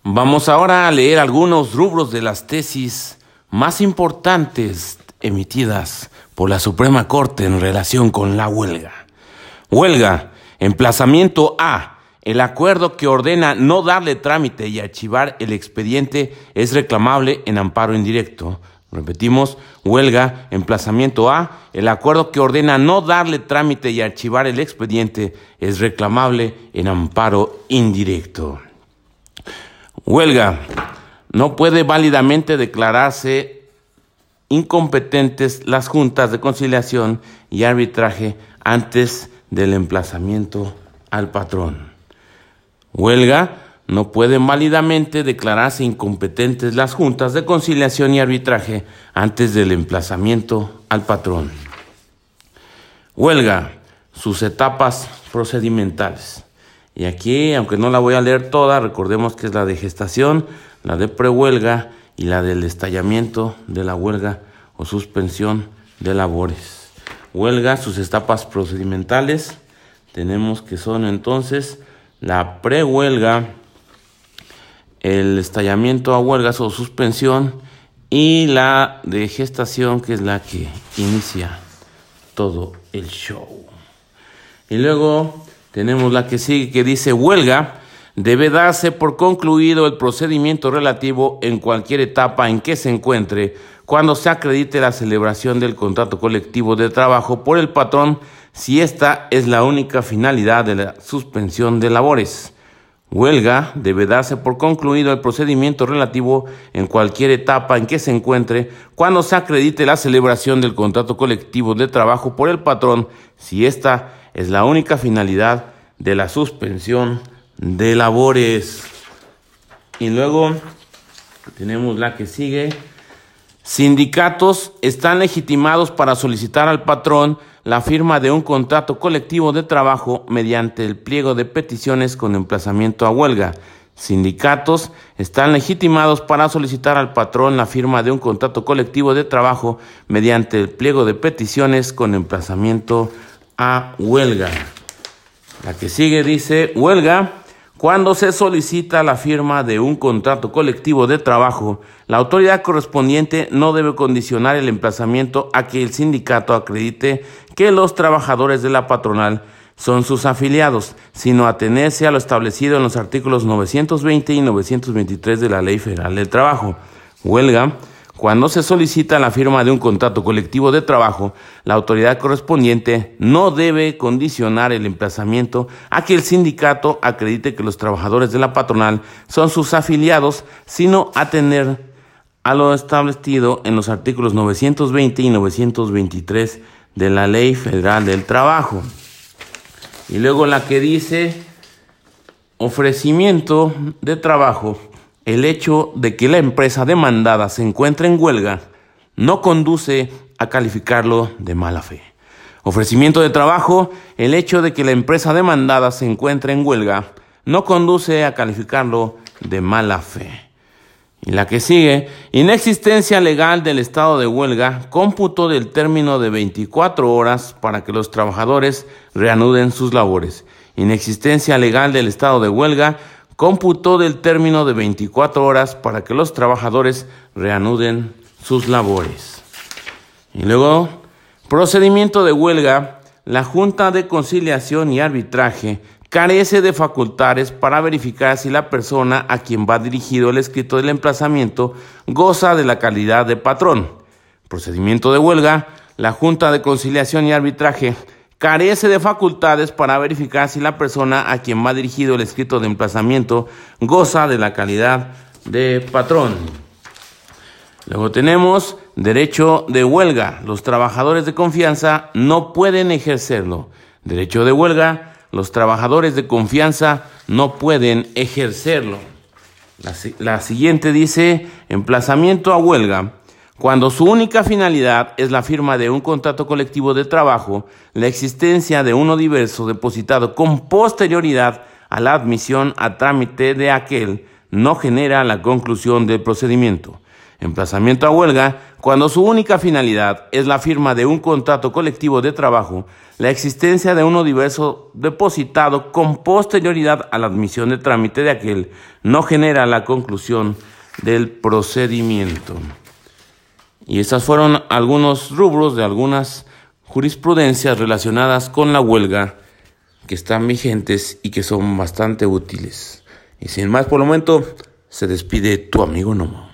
Vamos ahora a leer algunos rubros de las tesis más importantes emitidas por la Suprema Corte en relación con la huelga. Huelga. Emplazamiento A. El acuerdo que ordena no darle trámite y archivar el expediente es reclamable en amparo indirecto. Repetimos, huelga, emplazamiento A. El acuerdo que ordena no darle trámite y archivar el expediente es reclamable en amparo indirecto. Huelga. No puede válidamente declararse incompetentes las juntas de conciliación y arbitraje antes del emplazamiento al patrón. Huelga. No pueden válidamente declararse incompetentes las juntas de conciliación y arbitraje antes del emplazamiento al patrón. Huelga. Sus etapas procedimentales. Y aquí, aunque no la voy a leer toda, recordemos que es la de gestación, la de prehuelga y la del estallamiento de la huelga o suspensión de labores. Huelga, sus etapas procedimentales, tenemos que son entonces la prehuelga, el estallamiento a huelgas o suspensión y la de gestación, que es la que inicia todo el show. Y luego tenemos la que sigue, que dice: huelga. Debe darse por concluido el procedimiento relativo en cualquier etapa en que se encuentre cuando se acredite la celebración del contrato colectivo de trabajo por el patrón, si esta es la única finalidad de la suspensión de labores. Huelga. Debe darse por concluido el procedimiento relativo en cualquier etapa en que se encuentre cuando se acredite la celebración del contrato colectivo de trabajo por el patrón, si esta es la única finalidad de la suspensión de labores. Y luego tenemos la que sigue. Sindicatos están legitimados para solicitar al patrón la firma de un contrato colectivo de trabajo mediante el pliego de peticiones con emplazamiento a huelga. Sindicatos están legitimados para solicitar al patrón la firma de un contrato colectivo de trabajo mediante el pliego de peticiones con emplazamiento a huelga. La que sigue dice: huelga. Cuando se solicita la firma de un contrato colectivo de trabajo, la autoridad correspondiente no debe condicionar el emplazamiento a que el sindicato acredite que los trabajadores de la patronal son sus afiliados, sino atenerse a lo establecido en los artículos 920 y 923 de la Ley Federal del Trabajo. Huelga. Cuando se solicita la firma de un contrato colectivo de trabajo, la autoridad correspondiente no debe condicionar el emplazamiento a que el sindicato acredite que los trabajadores de la patronal son sus afiliados, sino atender a lo establecido en los artículos 920 y 923 de la Ley Federal del Trabajo. Y luego la que dice: ofrecimiento de trabajo. El hecho de que la empresa demandada se encuentre en huelga no conduce a calificarlo de mala fe. Ofrecimiento de trabajo. El hecho de que la empresa demandada se encuentre en huelga no conduce a calificarlo de mala fe. Y la que sigue: inexistencia legal del estado de huelga, cómputo del término de 24 horas para que los trabajadores reanuden sus labores. Inexistencia legal del estado de huelga, cómputo del término de 24 horas para que los trabajadores reanuden sus labores. Y luego, procedimiento de huelga. La Junta de Conciliación y Arbitraje carece de facultades para verificar si la persona a quien va dirigido el escrito del emplazamiento goza de la calidad de patrón. Procedimiento de huelga. La Junta de Conciliación y Arbitraje carece de facultades para verificar si la persona a quien va dirigido el escrito de emplazamiento goza de la calidad de patrón. Luego tenemos derecho de huelga. Los trabajadores de confianza no pueden ejercerlo. Derecho de huelga. Los trabajadores de confianza no pueden ejercerlo. La siguiente dice: emplazamiento a huelga. Cuando su única finalidad es la firma de un contrato colectivo de trabajo, la existencia de uno diverso depositado con posterioridad a la admisión a trámite de aquel no genera la conclusión del procedimiento. emplazamiento a huelga cuando su única finalidad es la firma de un contrato colectivo de trabajo, la existencia de uno diverso depositado con posterioridad a la admisión de trámite de aquel no genera la conclusión del procedimiento. Y estos fueron algunos rubros de algunas jurisprudencias relacionadas con la huelga que están vigentes y que son bastante útiles. Y sin más por el momento, se despide tu amigo Nomo.